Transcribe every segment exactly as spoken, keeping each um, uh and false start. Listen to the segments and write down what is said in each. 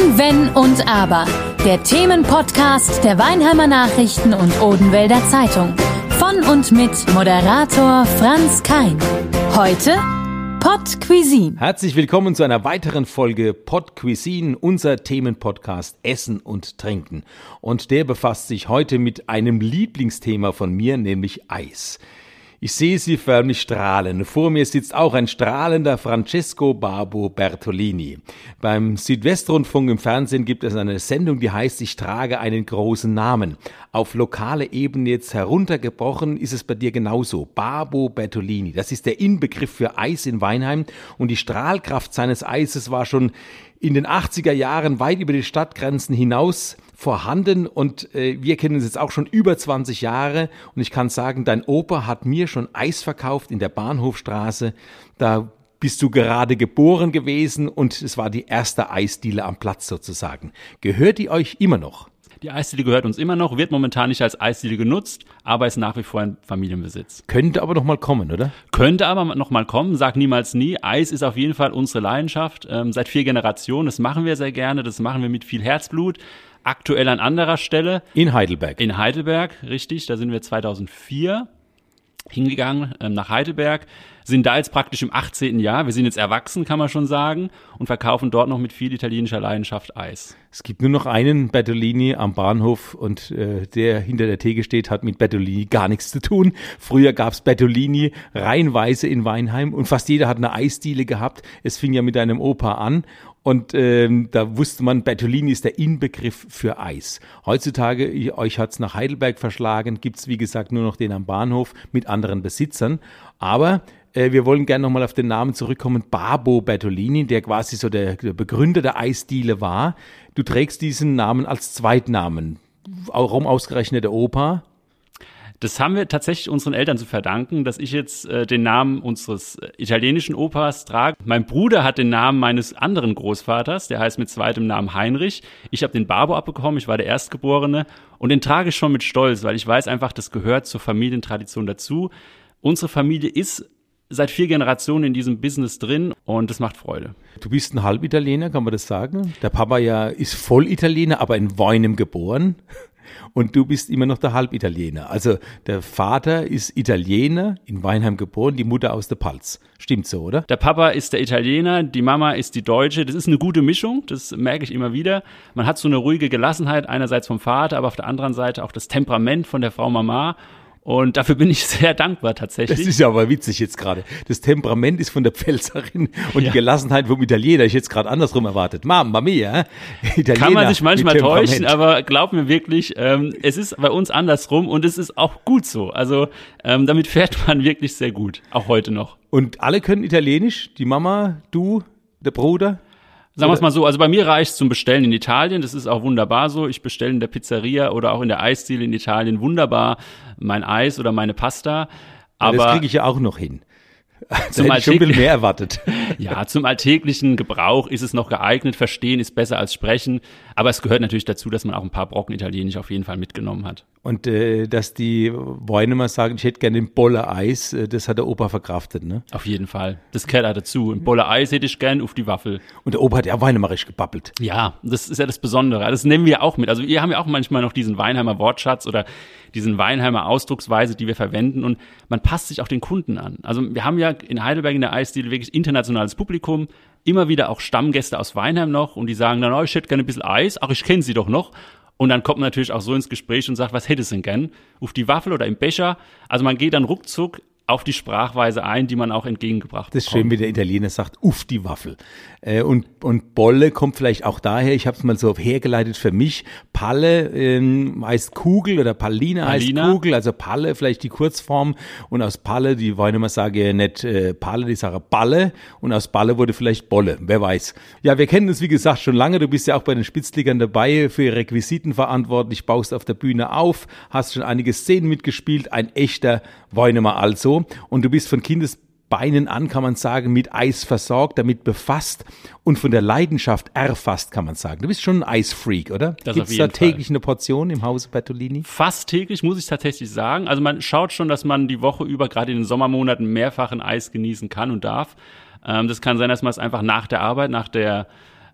Wenn, Wenn und Aber. Der Themenpodcast der Weinheimer Nachrichten und Odenwälder Zeitung. Von und mit Moderator Franz Kein. Heute Pod Cuisine. Herzlich willkommen zu einer weiteren Folge Pod Cuisine, unser Themenpodcast Essen und Trinken. Und der befasst sich heute mit einem Lieblingsthema von mir, nämlich Eis. Ich sehe sie förmlich strahlen. Vor mir sitzt auch ein strahlender Francesco Babo Bertolini. Beim Südwestrundfunk im Fernsehen gibt es eine Sendung, die heißt, ich trage einen großen Namen. Auf lokale Ebene jetzt heruntergebrochen ist es bei dir genauso. Babo Bertolini, das ist der Inbegriff für Eis in Weinheim. Und die Strahlkraft seines Eises war schon in den achtziger Jahren weit über die Stadtgrenzen hinaus vorhanden und äh, wir kennen uns jetzt auch schon über zwanzig Jahre und ich kann sagen, dein Opa hat mir schon Eis verkauft in der Bahnhofstraße, da bist du gerade geboren gewesen und es war die erste Eisdiele am Platz sozusagen. Gehört die euch immer noch? Die Eisdiele gehört uns immer noch, wird momentan nicht als Eisdiele genutzt, aber ist nach wie vor ein Familienbesitz. Könnte aber noch mal kommen, oder? Könnte aber noch mal kommen, sag niemals nie. Eis ist auf jeden Fall unsere Leidenschaft, ähm, seit vier Generationen. Das machen wir sehr gerne, das machen wir mit viel Herzblut. Aktuell an anderer Stelle. In Heidelberg. In Heidelberg, richtig. Da sind wir zweitausendvier hingegangen, ähm, nach Heidelberg. Sind da jetzt praktisch im achtzehnten Jahr. Wir sind jetzt erwachsen, kann man schon sagen, und verkaufen dort noch mit viel italienischer Leidenschaft Eis. Es gibt nur noch einen Bertolini am Bahnhof und äh, der hinter der Theke steht, hat mit Bertolini gar nichts zu tun. Früher gab es Bertolini reihenweise in Weinheim und fast jeder hat eine Eisdiele gehabt. Es fing ja mit deinem Opa an. Und ähm, da wusste man, Bertolini ist der Inbegriff für Eis. Heutzutage, ich, euch hat's nach Heidelberg verschlagen, gibt's wie gesagt nur noch den am Bahnhof mit anderen Besitzern. Aber äh, wir wollen gerne nochmal auf den Namen zurückkommen, Babo Bertolini, der quasi so der, der Begründer der Eisdiele war. Du trägst diesen Namen als Zweitnamen. Warum ausgerechnet der Opa? Das haben wir tatsächlich unseren Eltern zu verdanken, dass ich jetzt äh, den Namen unseres äh, italienischen Opas trage. Mein Bruder hat den Namen meines anderen Großvaters, der heißt mit zweitem Namen Heinrich. Ich habe den Babo abbekommen, ich war der Erstgeborene und den trage ich schon mit Stolz, weil ich weiß einfach, das gehört zur Familientradition dazu. Unsere Familie ist seit vier Generationen in diesem Business drin und das macht Freude. Du bist ein Halbitaliener, kann man das sagen? Der Papa ja ist Vollitaliener, aber in Weinheim geboren. Und du bist immer noch der Halbitaliener. Also der Vater ist Italiener, in Weinheim geboren, die Mutter aus der Palz. Stimmt so, oder? Der Papa ist der Italiener, die Mama ist die Deutsche. Das ist eine gute Mischung, das merke ich immer wieder. Man hat so eine ruhige Gelassenheit einerseits vom Vater, aber auf der anderen Seite auch das Temperament von der Frau Mama. Und dafür bin ich sehr dankbar tatsächlich. Das ist ja aber witzig jetzt gerade. Das Temperament ist von der Pfälzerin und ja. Die Gelassenheit vom Italiener. Ich jetzt gerade andersrum erwartet. Mamma mia. Italiener kann man sich manchmal täuschen, aber glaub mir wirklich, ähm, es ist bei uns andersrum und es ist auch gut so. Also ähm, damit fährt man wirklich sehr gut, auch heute noch. Und alle können Italienisch? Die Mama, du, der Bruder? Sagen wir es mal so, also bei mir reicht es zum Bestellen in Italien, das ist auch wunderbar so. Ich bestelle in der Pizzeria oder auch in der Eisdiele in Italien wunderbar mein Eis oder meine Pasta. Aber ja, das kriege ich ja auch noch hin. Da zum hätte ich schon ein bisschen mehr erwartet. Ja, zum alltäglichen Gebrauch ist es noch geeignet. Verstehen ist besser als sprechen. Aber es gehört natürlich dazu, dass man auch ein paar Brocken Italienisch auf jeden Fall mitgenommen hat. Und äh, dass die Weinheimer sagen, ich hätte gerne ein Bolle Eis, äh, das hat der Opa verkraftet, ne? Auf jeden Fall. Das gehört auch dazu. Ein Bolle Eis hätte ich gern auf die Waffel. Und der Opa hat ja weinheimerisch gebabbelt. Ja, das ist ja das Besondere. Das nehmen wir auch mit. Also wir haben ja auch manchmal noch diesen Weinheimer Wortschatz oder diesen Weinheimer Ausdrucksweise, die wir verwenden. Und man passt sich auch den Kunden an. Also wir haben ja in Heidelberg in der Eisdiele wirklich internationales Publikum. Immer wieder auch Stammgäste aus Weinheim noch. Und die sagen dann, oh, ich hätte gerne ein bisschen Eis. Ach, ich kenne sie doch noch. Und dann kommt man natürlich auch so ins Gespräch und sagt, was hättest du denn gern? Auf die Waffel oder im Becher? Also man geht dann ruckzuck auf die Sprachweise ein, die man auch entgegengebracht bekommt. Das ist schön, wie der Italiener sagt, uff, die Waffel. Äh, und, und Bolle kommt vielleicht auch daher, ich habe es mal so hergeleitet für mich, Palle ähm, heißt Kugel oder Pallina, Pallina heißt Kugel, also Palle vielleicht die Kurzform und aus Palle, die wollen immer sagen ja nicht äh, Palle, die sagen Balle und aus Balle wurde vielleicht Bolle, wer weiß. Ja, wir kennen uns wie gesagt schon lange, du bist ja auch bei den Spitzligern dabei, für Requisiten verantwortlich, baust auf der Bühne auf, hast schon einige Szenen mitgespielt, ein echter Weinheimer also. Und du bist von Kindesbeinen an, kann man sagen, mit Eis versorgt, damit befasst und von der Leidenschaft erfasst, kann man sagen. Du bist schon ein Eisfreak, oder? Gibt es da täglich eine Portion im Hause Bertolini? Fast täglich, muss ich tatsächlich sagen. Also man schaut schon, dass man die Woche über, gerade in den Sommermonaten, mehrfach ein Eis genießen kann und darf. Ähm, das kann sein, dass man es einfach nach der Arbeit, nach der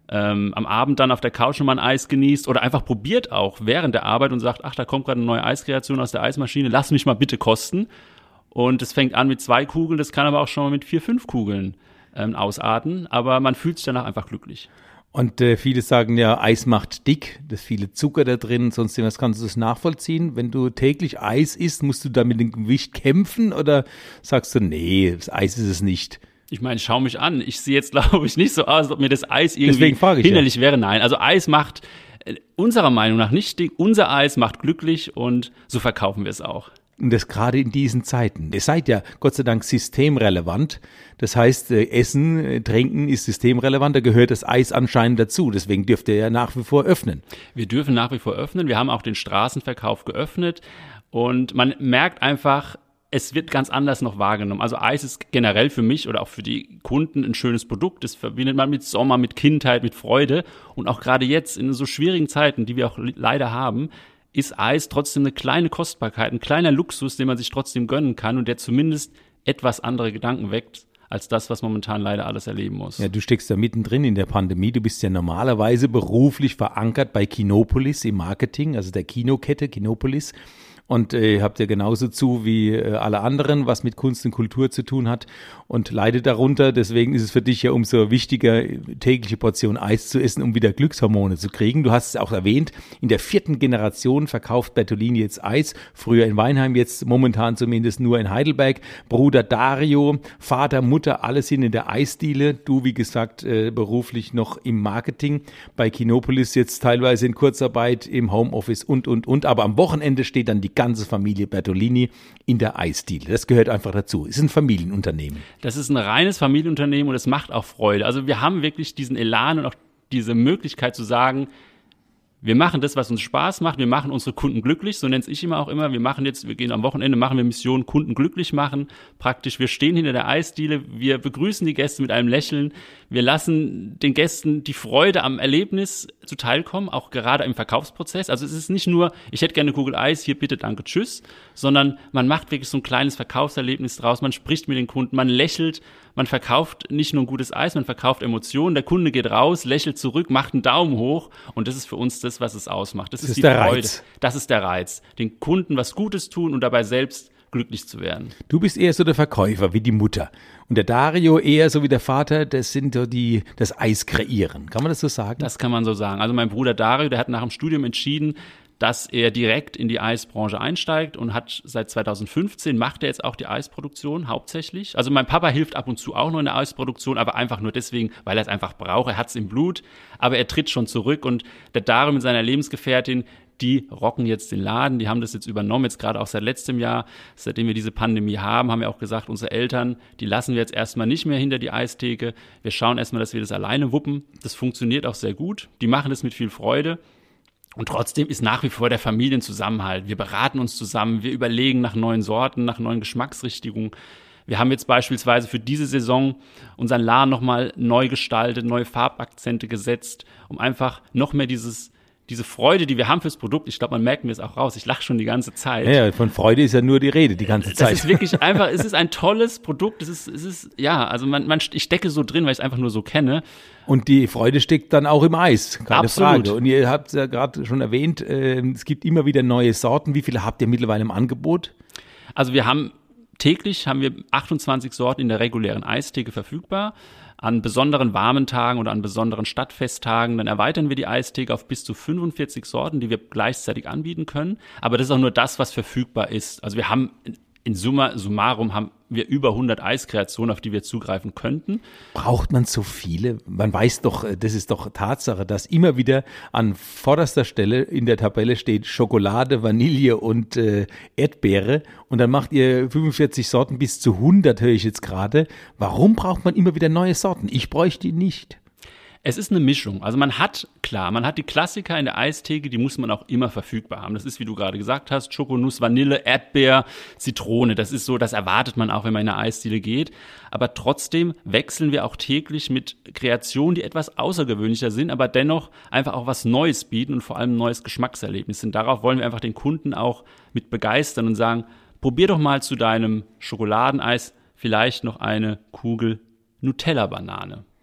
ähm, am Abend dann auf der Couch nochmal ein Eis genießt oder einfach probiert auch während der Arbeit und sagt, ach, da kommt gerade eine neue Eiskreation aus der Eismaschine, lass mich mal bitte kosten. Und es fängt an mit zwei Kugeln, das kann aber auch schon mal mit vier, fünf Kugeln ähm, ausarten, aber man fühlt sich danach einfach glücklich. Und äh, viele sagen ja, Eis macht dick, da ist viele Zucker da drin, sonst was. Kannst du das nachvollziehen? Wenn du täglich Eis isst, musst du da mit dem Gewicht kämpfen oder sagst du, nee, das Eis ist es nicht? Ich meine, schau mich an. Ich sehe jetzt, glaube ich, nicht so aus, als ob mir das Eis irgendwie ich hinderlich ja. wäre. Nein, also Eis macht äh, unserer Meinung nach nicht dick. Unser Eis macht glücklich und so verkaufen wir es auch. Und das gerade in diesen Zeiten. Ihr seid ja Gott sei Dank systemrelevant. Das heißt, äh, Essen, äh, Trinken ist systemrelevant. Da gehört das Eis anscheinend dazu. Deswegen dürft ihr ja nach wie vor öffnen. Wir dürfen nach wie vor öffnen. Wir haben auch den Straßenverkauf geöffnet. Und man merkt einfach, es wird ganz anders noch wahrgenommen. Also Eis ist generell für mich oder auch für die Kunden ein schönes Produkt. Das verbindet man mit Sommer, mit Kindheit, mit Freude. Und auch gerade jetzt in so schwierigen Zeiten, die wir auch leider haben, ist Eis trotzdem eine kleine Kostbarkeit, ein kleiner Luxus, den man sich trotzdem gönnen kann und der zumindest etwas andere Gedanken weckt, als das, was momentan leider alles erleben muss. Ja, du steckst da mittendrin in der Pandemie. Du bist ja normalerweise beruflich verankert bei Kinopolis im Marketing, also der Kinokette Kinopolis. Und äh, habt ihr genauso zu wie äh, alle anderen, was mit Kunst und Kultur zu tun hat und leidet darunter. Deswegen ist es für dich ja umso wichtiger, tägliche Portion Eis zu essen, um wieder Glückshormone zu kriegen. Du hast es auch erwähnt, in der vierten Generation verkauft Bertolini jetzt Eis. Früher in Weinheim, jetzt momentan zumindest nur in Heidelberg. Bruder Dario, Vater, Mutter, alle sind in der Eisdiele. Du, wie gesagt, äh, beruflich noch im Marketing. Bei Kinopolis jetzt teilweise in Kurzarbeit, im Homeoffice und, und, und. Aber am Wochenende steht dann die ganze Familie Bertolini in der Eisdiele. Das gehört einfach dazu. Es ist ein Familienunternehmen. Das ist ein reines Familienunternehmen und es macht auch Freude. Also wir haben wirklich diesen Elan und auch diese Möglichkeit zu sagen, wir machen das, was uns Spaß macht, wir machen unsere Kunden glücklich, so nenne ich immer auch immer. Wir machen jetzt, wir gehen am Wochenende, machen wir Mission Kunden glücklich machen. Praktisch, wir stehen hinter der Eisdiele, wir begrüßen die Gäste mit einem Lächeln, wir lassen den Gästen die Freude am Erlebnis zuteilkommen, auch gerade im Verkaufsprozess. Also es ist nicht nur, ich hätte gerne eine Kugel Eis, hier bitte, danke, tschüss, sondern man macht wirklich so ein kleines Verkaufserlebnis draus, man spricht mit den Kunden, man lächelt, man verkauft nicht nur ein gutes Eis, man verkauft Emotionen, der Kunde geht raus, lächelt zurück, macht einen Daumen hoch und das ist für uns das, was es ausmacht. Das, das ist, ist die der Freude. Reiz. Das ist der Reiz. Den Kunden was Gutes tun und dabei selbst glücklich zu werden. Du bist eher so der Verkäufer wie die Mutter und der Dario eher so wie der Vater, das sind so die, das Eis kreieren. Kann man das so sagen? Das kann man so sagen. Also mein Bruder Dario, der hat nach dem Studium entschieden, dass er direkt in die Eisbranche einsteigt und hat seit zweitausendfünfzehn macht er jetzt auch die Eisproduktion hauptsächlich. Also mein Papa hilft ab und zu auch noch in der Eisproduktion, aber einfach nur deswegen, weil er es einfach braucht. Er hat es im Blut, aber er tritt schon zurück und der Dario mit seiner Lebensgefährtin, die rocken jetzt den Laden, die haben das jetzt übernommen, jetzt gerade auch seit letztem Jahr, seitdem wir diese Pandemie haben, haben wir auch gesagt, unsere Eltern, die lassen wir jetzt erstmal nicht mehr hinter die Eistheke. Wir schauen erstmal, dass wir das alleine wuppen. Das funktioniert auch sehr gut. Die machen das mit viel Freude. Und trotzdem ist nach wie vor der Familienzusammenhalt. Wir beraten uns zusammen, wir überlegen nach neuen Sorten, nach neuen Geschmacksrichtungen. Wir haben jetzt beispielsweise für diese Saison unseren Laden nochmal neu gestaltet, neue Farbakzente gesetzt, um einfach noch mehr dieses diese Freude, die wir haben fürs Produkt, ich glaube, man merkt mir es auch raus, ich lache schon die ganze Zeit. Ja, von Freude ist ja nur die Rede die ganze Zeit. Das ist wirklich einfach, es ist ein tolles Produkt, es ist, es ist, ja, also man, man, ich stecke so drin, weil ich es einfach nur so kenne. Und die Freude steckt dann auch im Eis, keine Absolut. Frage. Und ihr habt es ja gerade schon erwähnt, äh, es gibt immer wieder neue Sorten. Wie viele habt ihr mittlerweile im Angebot? Also wir haben täglich haben wir achtundzwanzig Sorten in der regulären Eistheke verfügbar. An besonderen warmen Tagen oder an besonderen Stadtfesttagen, dann erweitern wir die Eistheke auf bis zu fünfundvierzig Sorten, die wir gleichzeitig anbieten können. Aber das ist auch nur das, was verfügbar ist. Also wir haben in summa summarum haben wir über hundert Eiskreationen, auf die wir zugreifen könnten. Braucht man so viele? Man weiß doch, das ist doch Tatsache, dass immer wieder an vorderster Stelle in der Tabelle steht Schokolade, Vanille und äh, Erdbeere und dann macht ihr fünfundvierzig Sorten bis zu hundert, höre ich jetzt gerade. Warum braucht man immer wieder neue Sorten? Ich bräuchte die nicht. Es ist eine Mischung. Also man hat, klar, man hat die Klassiker in der Eistheke, die muss man auch immer verfügbar haben. Das ist, wie du gerade gesagt hast, Schokonuss, Vanille, Erdbeer, Zitrone. Das ist so, das erwartet man auch, wenn man in eine Eisdiele geht. Aber trotzdem wechseln wir auch täglich mit Kreationen, die etwas außergewöhnlicher sind, aber dennoch einfach auch was Neues bieten und vor allem ein neues Geschmackserlebnis. Und darauf wollen wir einfach den Kunden auch mit begeistern und sagen, probier doch mal zu deinem Schokoladeneis vielleicht noch eine Kugel Nutella-Banane.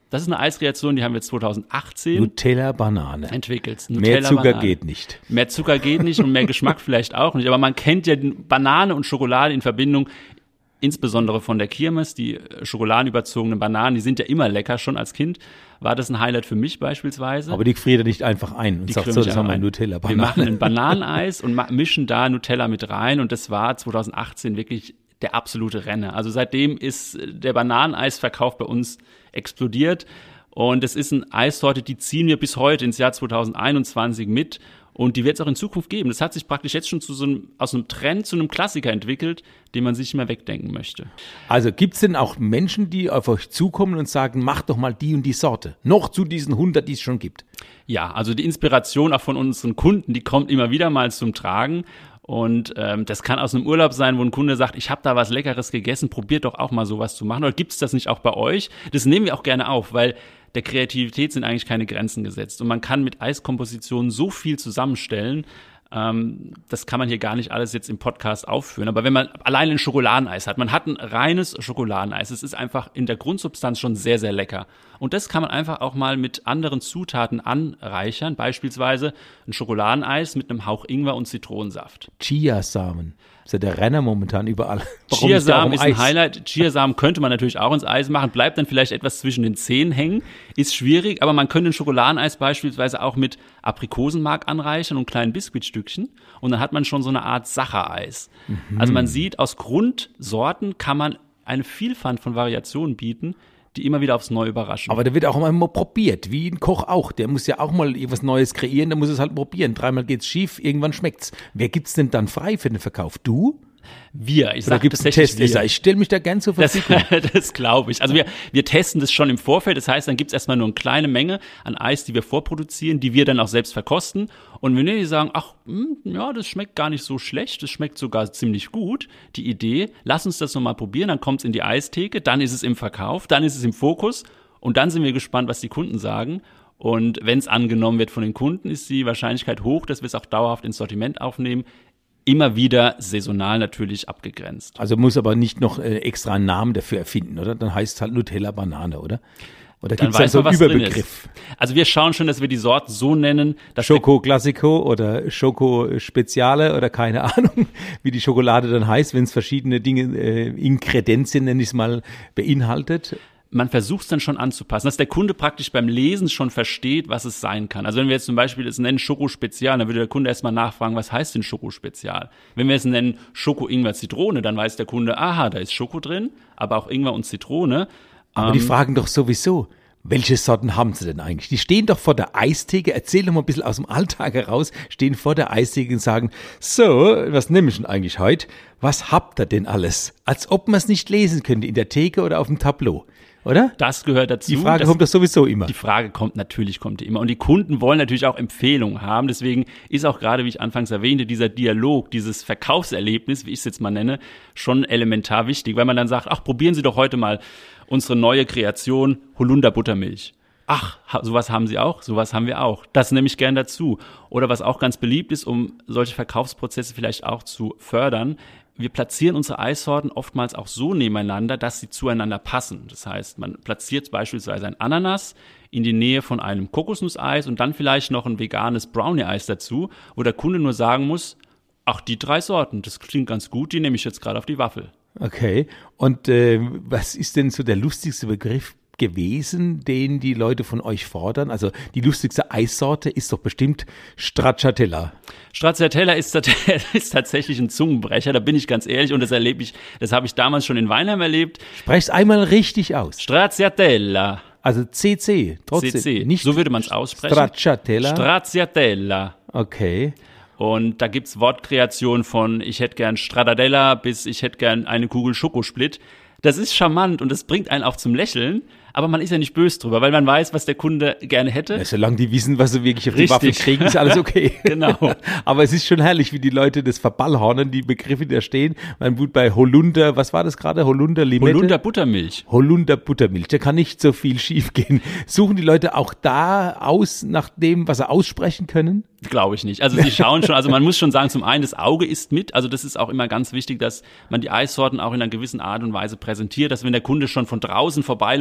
Das ist eine Eiskreation, die haben wir zweitausendachtzehn Nutella-Banane. entwickelt. Mehr Zucker Nutella-Banane. geht nicht. Mehr Zucker geht nicht und mehr Geschmack vielleicht auch nicht. Aber man kennt ja Banane und Schokolade in Verbindung, insbesondere von der Kirmes. Die schokoladenüberzogenen Bananen, die sind ja immer lecker. Schon als Kind war das ein Highlight für mich beispielsweise. Aber die friert er nicht einfach ein und Die sagt krümmen so, sich das haben wir ein. Nutella-Banane. Wir machen ein Bananeneis und ma- mischen da Nutella mit rein und das war zweitausendachtzehn wirklich der absolute Renner. Also seitdem ist der Bananeneisverkauf bei uns explodiert und es ist eine Eissorte, die ziehen wir bis heute ins Jahr zweitausendeinundzwanzig mit und die wird es auch in Zukunft geben. Das hat sich praktisch jetzt schon zu so einem, aus einem Trend zu einem Klassiker entwickelt, den man sich nicht mehr wegdenken möchte. Also gibt's denn auch Menschen, die auf euch zukommen und sagen, mach doch mal die und die Sorte, noch zu diesen hundert, die es schon gibt? Ja, also die Inspiration auch von unseren Kunden, die kommt immer wieder mal zum Tragen. Und ähm, das kann aus einem Urlaub sein, wo ein Kunde sagt, ich habe da was Leckeres gegessen, probiert doch auch mal sowas zu machen. Oder gibt's das nicht auch bei euch? Das nehmen wir auch gerne auf, weil der Kreativität sind eigentlich keine Grenzen gesetzt. Und man kann mit Eiskompositionen so viel zusammenstellen, ähm, das kann man hier gar nicht alles jetzt im Podcast aufführen. Aber wenn man allein ein Schokoladeneis hat, man hat ein reines Schokoladeneis, es ist einfach in der Grundsubstanz schon sehr, sehr lecker. Und das kann man einfach auch mal mit anderen Zutaten anreichern, beispielsweise ein Schokoladeneis mit einem Hauch Ingwer und Zitronensaft. Chiasamen. Das ist ja der Renner momentan überall. Warum Chiasamen nicht ist auch um ein Eis? Highlight. Chiasamen könnte man natürlich auch ins Eis machen, bleibt dann vielleicht etwas zwischen den Zähnen hängen, ist schwierig, aber man könnte ein Schokoladeneis beispielsweise auch mit Aprikosenmark anreichern und kleinen Biskuitstückchen und dann hat man schon so eine Art Sachereis. Mhm. Also man sieht, aus Grundsorten kann man eine Vielfalt von Variationen bieten, die immer wieder aufs Neue überraschen. Aber da wird auch immer probiert, wie ein Koch auch. Der muss ja auch mal etwas Neues kreieren, der muss es halt probieren. Dreimal geht's schief, irgendwann schmeckt's. Wer gibt's denn dann frei für den Verkauf? Du? wir, ich Oder sage gibt's einen tatsächlich Testesser? wir. Ich stelle mich da gern zur Das, Verfügung. das glaube ich. Also wir, wir testen das schon im Vorfeld. Das heißt, dann gibt's erstmal nur eine kleine Menge an Eis, die wir vorproduzieren, die wir dann auch selbst verkosten. Und wenn die sagen, ach, mh, ja, das schmeckt gar nicht so schlecht, das schmeckt sogar ziemlich gut, die Idee, lass uns das nochmal probieren, dann kommt's in die Eistheke, dann ist es im Verkauf, dann ist es im Fokus und dann sind wir gespannt, was die Kunden sagen. Und wenn es angenommen wird von den Kunden, ist die Wahrscheinlichkeit hoch, dass wir es auch dauerhaft ins Sortiment aufnehmen. Immer wieder saisonal natürlich abgegrenzt. Also muss aber nicht noch äh, extra einen Namen dafür erfinden, oder? Dann heißt es halt Nutella Banane, oder? Oder Dann gibt es dann weiß so man, einen was drin Überbegriff? ist. Also wir schauen schon, dass wir die Sorten so nennen, dass der Schoko Classico oder Schoko Speziale oder keine Ahnung, wie die Schokolade dann heißt, wenn es verschiedene Dinge, äh, Inkredenzien, nenne ich es mal, beinhaltet. man versucht es dann schon anzupassen, dass der Kunde praktisch beim Lesen schon versteht, was es sein kann. Also wenn wir jetzt zum Beispiel das nennen Schoko-Spezial, dann würde der Kunde erstmal nachfragen, was heißt denn Schoko-Spezial? Wenn wir es nennen Schoko-Ingwer-Zitrone, dann weiß der Kunde, aha, da ist Schoko drin, aber auch Ingwer und Zitrone. Aber die fragen doch sowieso, welche Sorten haben sie denn eigentlich? Die stehen doch vor der Eistheke, erzähl doch mal ein bisschen aus dem Alltag heraus, stehen vor der Eistheke und sagen, so, was nehme ich denn eigentlich heute? Was habt ihr denn alles? Als ob man es nicht lesen könnte in der Theke oder auf dem Tableau, oder? Das gehört dazu. Die Frage das, kommt doch sowieso immer. Die Frage kommt, natürlich kommt die immer. Und die Kunden wollen natürlich auch Empfehlungen haben. Deswegen ist auch gerade, wie ich anfangs erwähnte, dieser Dialog, dieses Verkaufserlebnis, wie ich es jetzt mal nenne, schon elementar wichtig. Weil man dann sagt, ach, probieren Sie doch heute mal unsere neue Kreation Holunder Buttermilch. Ach, sowas haben Sie auch? Sowas haben wir auch. Das nehme ich gern dazu. Oder was auch ganz beliebt ist, um solche Verkaufsprozesse vielleicht auch zu fördern, wir platzieren unsere Eissorten oftmals auch so nebeneinander, dass sie zueinander passen. Das heißt, man platziert beispielsweise ein Ananas in die Nähe von einem Kokosnusseis und dann vielleicht noch ein veganes Brownie-Eis dazu, wo der Kunde nur sagen muss, ach, die drei Sorten, das klingt ganz gut, die nehme ich jetzt gerade auf die Waffel. Okay, und äh, was ist denn so der lustigste Begriff gewesen, den die Leute von euch fordern? Also die lustigste Eissorte ist doch bestimmt Stracciatella. Stracciatella ist, ist tatsächlich ein Zungenbrecher, da bin ich ganz ehrlich und das erlebe ich, das habe ich damals schon in Weinheim erlebt. Sprech's einmal richtig aus. Stracciatella. Also C C, trotzdem. C C, nicht so würde man es aussprechen. Stracciatella. Stracciatella. Okay. Und da gibt's Wortkreationen von ich hätte gern Stradadella bis ich hätte gern eine Kugel Schokosplit. Das ist charmant und das bringt einen auch zum Lächeln, aber man ist ja nicht böse drüber, weil man weiß, was der Kunde gerne hätte. Ja, solange die wissen, was sie wirklich auf die Richtig. Waffel kriegen, ist alles okay. Genau. Aber es ist schon herrlich, wie die Leute das verballhornen, die Begriffe, die da stehen. Man wird bei Holunder, was war das gerade? Holunder Limette? Holunder Buttermilch. Holunder Buttermilch, da kann nicht so viel schief gehen. Suchen die Leute auch da aus nach dem, was sie aussprechen können? Glaube ich nicht. Also sie schauen schon, also man muss schon sagen, zum einen, das Auge isst mit. Also das ist auch immer ganz wichtig, dass man die Eissorten auch in einer gewissen Art und Weise präsentiert, dass wenn der Kunde schon von draußen vorbeiläuft, sieht,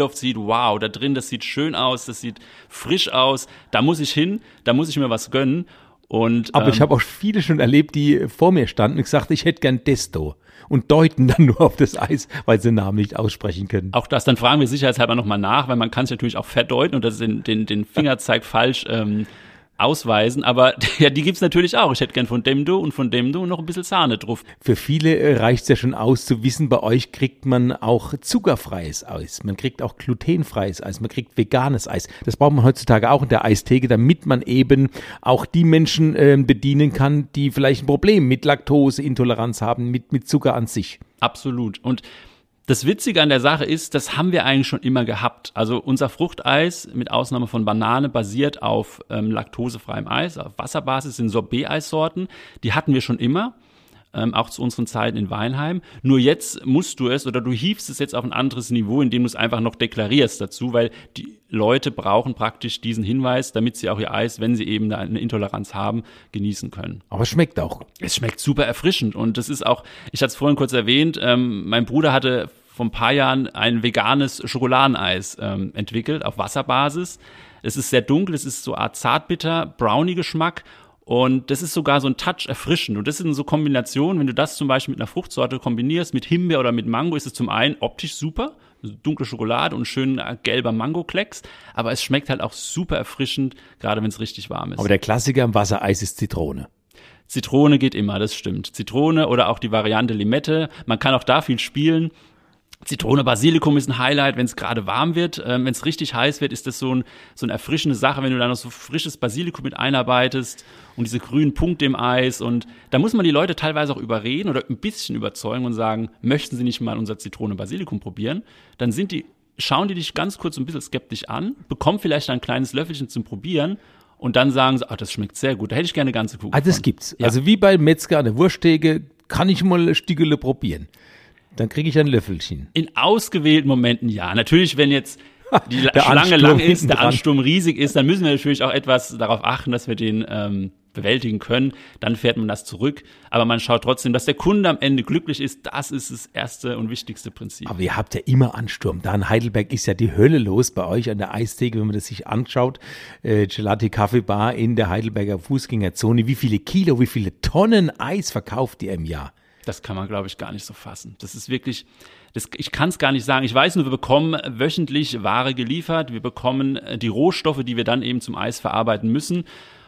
wow, da drin, das sieht schön aus, das sieht frisch aus, da muss ich hin, da muss ich mir was gönnen. Und, Aber ähm, ich habe auch viele schon erlebt, die vor mir standen und gesagt, ich hätte gern Desto. Und deuten dann nur auf das Eis, weil sie den Namen nicht aussprechen können. Auch das, dann fragen wir sicherheitshalber nochmal nach, weil man kann es natürlich auch verdeuten und das den, den, den Fingerzeig falsch ähm, ausweisen, aber ja, die gibt's natürlich auch. Ich hätte gern von Demdo und von Demdo noch ein bisschen Sahne drauf. Für viele äh, reicht's ja schon aus zu wissen, bei euch kriegt man auch zuckerfreies Eis, man kriegt auch glutenfreies Eis, man kriegt veganes Eis. Das braucht man heutzutage auch in der Eistheke, damit man eben auch die Menschen äh, bedienen kann, die vielleicht ein Problem mit Laktoseintoleranz haben, mit, mit Zucker an sich. Absolut. Und das Witzige an der Sache ist, das haben wir eigentlich schon immer gehabt. Also unser Fruchteis, mit Ausnahme von Banane, basiert auf ähm, laktosefreiem Eis, auf Wasserbasis, sind Sorbet-Eissorten. Die hatten wir schon immer, ähm, auch zu unseren Zeiten in Weinheim. Nur jetzt musst du es oder du hiefst es jetzt auf ein anderes Niveau, indem du es einfach noch deklarierst dazu, weil die Leute brauchen praktisch diesen Hinweis, damit sie auch ihr Eis, wenn sie eben da eine Intoleranz haben, genießen können. Aber es schmeckt auch. Es schmeckt super erfrischend und das ist auch, ich hatte es vorhin kurz erwähnt, ähm, mein Bruder hatte vor ein paar Jahren ein veganes Schokoladeneis ähm, entwickelt auf Wasserbasis. Es ist sehr dunkel, es ist so eine Art Zartbitter, Brownie-Geschmack und das ist sogar so ein Touch erfrischend. Und das sind so Kombinationen, wenn du das zum Beispiel mit einer Fruchtsorte kombinierst, mit Himbeer oder mit Mango, ist es zum einen optisch super, dunkle Schokolade und schön gelber Mango-Klecks, aber es schmeckt halt auch super erfrischend, gerade wenn es richtig warm ist. Aber der Klassiker am Wassereis ist Zitrone. Zitrone geht immer, das stimmt. Zitrone oder auch die Variante Limette, man kann auch da viel spielen. Zitrone, Basilikum ist ein Highlight, wenn es gerade warm wird. Ähm, wenn es richtig heiß wird, ist das so, ein, so eine erfrischende Sache, wenn du da noch so frisches Basilikum mit einarbeitest und diese grünen Punkte im Eis. Und da muss man die Leute teilweise auch überreden oder ein bisschen überzeugen und sagen, möchten sie nicht mal unser Zitrone-Basilikum probieren? Dann sind die, schauen die dich ganz kurz ein bisschen skeptisch an, bekommen vielleicht ein kleines Löffelchen zum Probieren und dann sagen sie, ach, das schmeckt sehr gut, da hätte ich gerne eine ganze Kugel. Ah, das von. gibt's. Ja. Also wie bei Metzger an der Wursttheke, kann ich mal ein Stückele probieren. Dann kriege ich ein Löffelchen. In ausgewählten Momenten ja. Natürlich, wenn jetzt die Der Schlange Ansturm lang ist, hinten der dran. Ansturm riesig ist, dann müssen wir natürlich auch etwas darauf achten, dass wir den ähm, bewältigen können. Dann fährt man das zurück. Aber man schaut trotzdem, dass der Kunde am Ende glücklich ist. Das ist das erste und wichtigste Prinzip. Aber ihr habt ja immer Ansturm. Da in Heidelberg ist ja die Hölle los bei euch an der Eistheke, wenn man das sich anschaut. Äh, Gelati Kaffeebar in der Heidelberger Fußgängerzone. Wie viele Kilo, wie viele Tonnen Eis verkauft ihr im Jahr? Das kann man, glaube ich, gar nicht so fassen. Das ist wirklich, das, ich kann es gar nicht sagen. Ich weiß nur, wir bekommen wöchentlich Ware geliefert. Wir bekommen die Rohstoffe, die wir dann eben zum Eis verarbeiten müssen.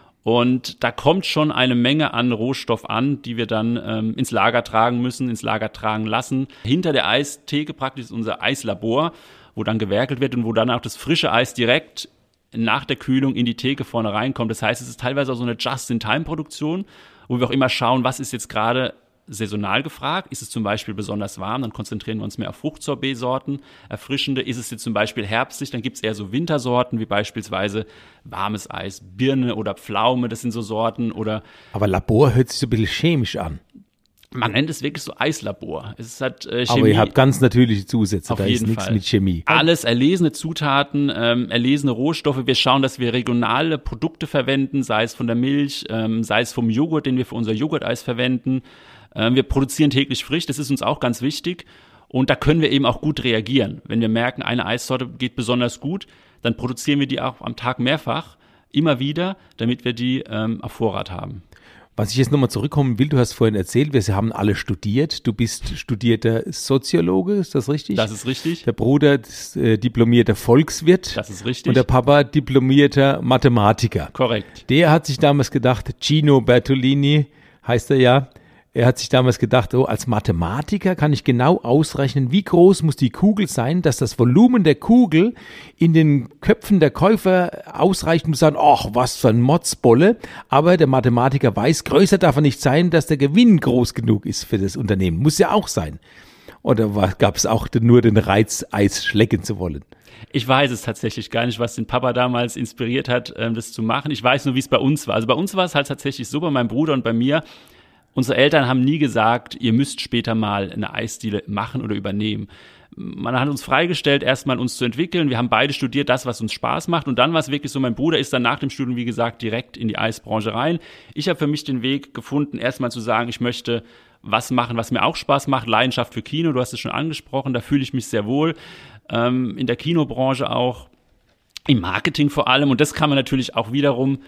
Und da kommt schon eine Menge an Rohstoff an, die wir dann ähm, ins Lager tragen müssen, ins Lager tragen lassen. Hinter der Eistheke praktisch ist unser Eislabor, wo dann gewerkelt wird und wo dann auch das frische Eis direkt nach der Kühlung in die Theke vorne reinkommt. Das heißt, es ist teilweise auch so eine Just-in-Time-Produktion, wo wir auch immer schauen, was ist jetzt gerade saisonal gefragt. Ist es zum Beispiel besonders warm, dann konzentrieren wir uns mehr auf Fruchtsorbet-Sorten, erfrischende. Ist es jetzt zum Beispiel herbstlich, dann gibt es eher so Wintersorten, wie beispielsweise warmes Eis, Birne oder Pflaume, das sind so Sorten. Oder Aber Labor hört sich so ein bisschen chemisch an. man nennt es wirklich so Eislabor. Es ist halt äh, Chemie. Aber ihr habt ganz natürliche Zusätze, Auf da ist jeden nichts Fall. mit Chemie. Alles erlesene Zutaten, ähm, erlesene Rohstoffe. Wir schauen, dass wir regionale Produkte verwenden, sei es von der Milch, ähm, sei es vom Joghurt, den wir für unser Joghurteis verwenden. Ähm, wir produzieren täglich frisch, das ist uns auch ganz wichtig. Und da können wir eben auch gut reagieren. Wenn wir merken, eine Eissorte geht besonders gut, dann produzieren wir die auch am Tag mehrfach, immer wieder, damit wir die ähm, auf Vorrat haben. Was ich jetzt nochmal zurückkommen will, du hast vorhin erzählt, wir haben alle studiert. Du bist studierter Soziologe, ist das richtig? Das ist richtig. Der Bruder ist äh, diplomierter Volkswirt. Das ist richtig. Und der Papa diplomierter Mathematiker. Korrekt. Der hat sich damals gedacht, Gino Bertolini heißt er ja, er hat sich damals gedacht, oh, als Mathematiker kann ich genau ausrechnen, wie groß muss die Kugel sein, dass das Volumen der Kugel in den Köpfen der Käufer ausreicht, um zu sagen, ach, was für ein Motzbolle. Aber der Mathematiker weiß, größer darf er nicht sein, dass der Gewinn groß genug ist für das Unternehmen. Muss ja auch sein. Oder gab es auch nur den Reiz, Eis schlecken zu wollen? Ich weiß es tatsächlich gar nicht, was den Papa damals inspiriert hat, das zu machen. Ich weiß nur, wie es bei uns war. Also bei uns war es halt tatsächlich so, bei meinem Bruder und bei mir, unsere Eltern haben nie gesagt, ihr müsst später mal eine Eisdiele machen oder übernehmen. Man hat uns freigestellt, erstmal uns zu entwickeln. Wir haben beide studiert, das, was uns Spaß macht. Und dann war es wirklich so, mein Bruder ist dann nach dem Studium, wie gesagt, direkt in die Eisbranche rein. Ich habe für mich den Weg gefunden, erstmal zu sagen, ich möchte was machen, was mir auch Spaß macht, Leidenschaft für Kino, du hast es schon angesprochen, da fühle ich mich sehr wohl, ähm, in der Kinobranche auch, im Marketing vor allem, und das kann man natürlich auch wiederum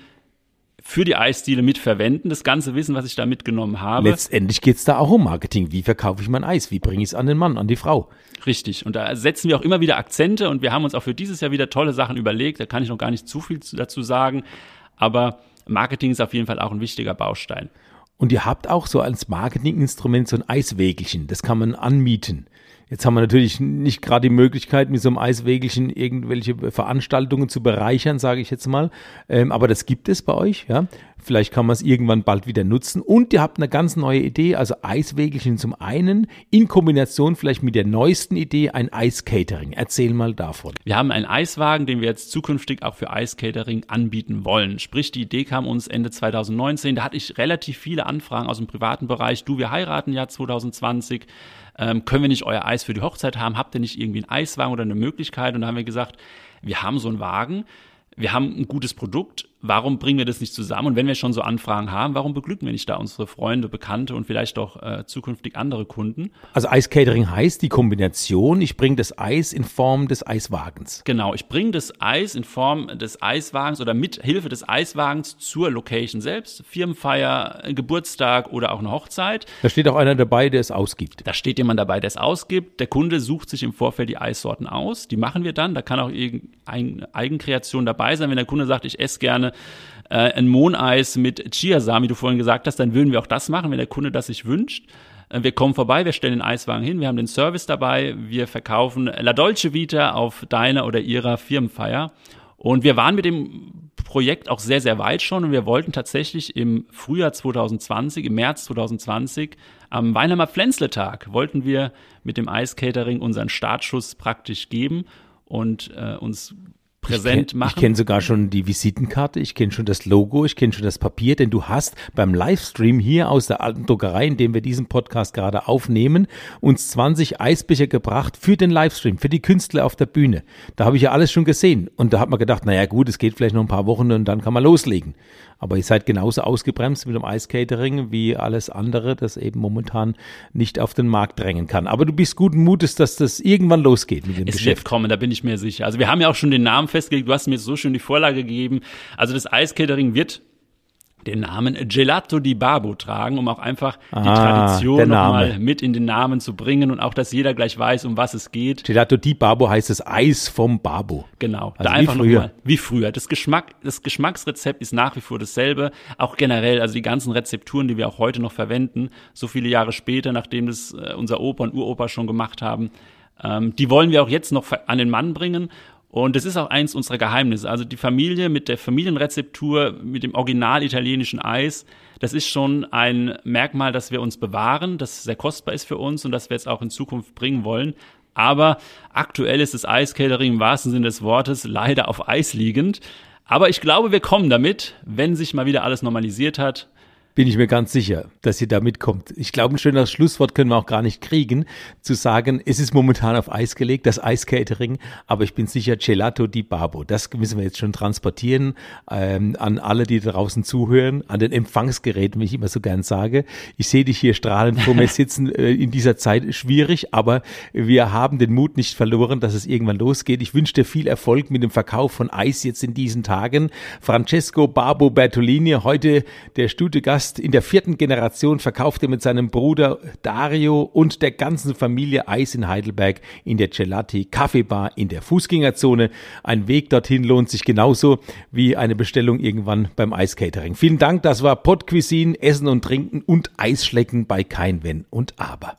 für die Eisdiele mitverwenden, das ganze Wissen, was ich da mitgenommen habe. Letztendlich geht es da auch um Marketing. Wie verkaufe ich mein Eis? Wie bringe ich es an den Mann, an die Frau? Richtig. Und da setzen wir auch immer wieder Akzente und wir haben uns auch für dieses Jahr wieder tolle Sachen überlegt. Da kann ich noch gar nicht zu viel dazu sagen. Aber Marketing ist auf jeden Fall auch ein wichtiger Baustein. Und ihr habt auch so als Marketinginstrument so ein Eiswägelchen. Das kann man anmieten. Jetzt haben wir natürlich nicht gerade die Möglichkeit, mit so einem Eiswägelchen irgendwelche Veranstaltungen zu bereichern, sage ich jetzt mal. Ähm, aber das gibt es bei euch, ja. Vielleicht kann man es irgendwann bald wieder nutzen. Und ihr habt eine ganz neue Idee, also Eiswägelchen zum einen, in Kombination vielleicht mit der neuesten Idee, ein Eiscatering. Erzähl mal davon. Wir haben einen Eiswagen, den wir jetzt zukünftig auch für Eiscatering anbieten wollen. Sprich, die Idee kam uns Ende zwanzig neunzehn. Da hatte ich relativ viele Anfragen aus dem privaten Bereich. Du, wir heiraten ja zwanzig zwanzig. Ähm, können wir nicht euer Eis für die Hochzeit haben? Habt ihr nicht irgendwie einen Eiswagen oder eine Möglichkeit? Und da haben wir gesagt, wir haben so einen Wagen, wir haben ein gutes Produkt, warum bringen wir das nicht zusammen? Und wenn wir schon so Anfragen haben, warum beglücken wir nicht da unsere Freunde, Bekannte und vielleicht auch äh, zukünftig andere Kunden? Also Eiscatering heißt die Kombination, ich bringe das Eis in Form des Eiswagens. Genau, ich bringe das Eis in Form des Eiswagens oder mit Hilfe des Eiswagens zur Location selbst. Firmenfeier, Geburtstag oder auch eine Hochzeit. Da steht auch einer dabei, der es ausgibt. Da steht jemand dabei, der es ausgibt. Der Kunde sucht sich im Vorfeld die Eissorten aus. Die machen wir dann. Da kann auch irgendeine Eigenkreation dabei sein. Wenn der Kunde sagt, ich esse gerne äh, ein Mohneis mit Chiasamen, wie du vorhin gesagt hast, dann würden wir auch das machen, wenn der Kunde das sich wünscht. Äh, wir kommen vorbei, wir stellen den Eiswagen hin, wir haben den Service dabei, wir verkaufen La Dolce Vita auf deiner oder ihrer Firmenfeier. Und wir waren mit dem Projekt auch sehr, sehr weit schon und wir wollten tatsächlich im Frühjahr zwanzig zwanzig, im März zwanzig zwanzig, am Weinheimer Pflänzletag, wollten wir mit dem Eiscatering unseren Startschuss praktisch geben und äh, uns präsent machen. Ich kenne sogar schon die Visitenkarte, ich kenne schon das Logo, ich kenne schon das Papier, denn du hast beim Livestream hier aus der alten Druckerei, in dem wir diesen Podcast gerade aufnehmen, uns zwanzig Eisbecher gebracht für den Livestream, für die Künstler auf der Bühne. Da habe ich ja alles schon gesehen und da hat man gedacht, naja gut, es geht vielleicht noch ein paar Wochen und dann kann man loslegen. Aber ihr seid genauso ausgebremst mit dem Eiscatering wie alles andere, das eben momentan nicht auf den Markt drängen kann. Aber du bist guten Mutes, dass das irgendwann losgeht mit dem es Geschäft. Es wird kommen, da bin ich mir sicher. Also wir haben ja auch schon den Namen festgelegt, du hast mir so schön die Vorlage gegeben. Also das Eiscatering wird den Namen Gelato di Babbo tragen, um auch einfach ah, die Tradition nochmal mit in den Namen zu bringen und auch, dass jeder gleich weiß, um was es geht. Gelato di Babbo heißt das Eis vom Babbo. Genau, also da wie einfach früher. Noch mal, wie früher. Das Geschmack, das Geschmacksrezept ist nach wie vor dasselbe, auch generell, also die ganzen Rezepturen, die wir auch heute noch verwenden, so viele Jahre später, nachdem das äh, unser Opa und Uropa schon gemacht haben, ähm, die wollen wir auch jetzt noch an den Mann bringen. Und das ist auch eins unserer Geheimnisse. Also die Familie mit der Familienrezeptur, mit dem original italienischen Eis, das ist schon ein Merkmal, das wir uns bewahren, das sehr kostbar ist für uns und das wir jetzt auch in Zukunft bringen wollen. Aber aktuell ist das Eiscatering im wahrsten Sinne des Wortes leider auf Eis liegend. Aber ich glaube, wir kommen damit, wenn sich mal wieder alles normalisiert hat. Bin ich mir ganz sicher, dass ihr da mitkommt. Ich glaube, ein schöneres Schlusswort können wir auch gar nicht kriegen, zu sagen, es ist momentan auf Eis gelegt, das Eiscatering, aber ich bin sicher, Gelato di Babbo, das müssen wir jetzt schon transportieren ähm, an alle, die draußen zuhören, an den Empfangsgeräten, wie ich immer so gern sage. Ich sehe dich hier strahlend vor mir sitzen, äh, in dieser Zeit schwierig, aber wir haben den Mut nicht verloren, dass es irgendwann losgeht. Ich wünsche dir viel Erfolg mit dem Verkauf von Eis jetzt in diesen Tagen. Francesco Babbo Bertolini, heute der Studiogast in der vierten Generation, verkaufte mit seinem Bruder Dario und der ganzen Familie Eis in Heidelberg in der Gelati Kaffeebar in der Fußgängerzone. Ein Weg dorthin lohnt sich genauso wie eine Bestellung irgendwann beim Eiscatering. Vielen Dank, das war Podcuisine, Essen und Trinken und Eisschlecken bei Kein Wenn und Aber.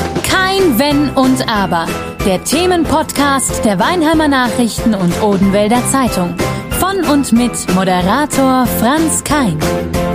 Kein Wenn und Aber, der Themenpodcast der Weinheimer Nachrichten und Odenwälder Zeitung. Von und mit Moderator Franz Kein.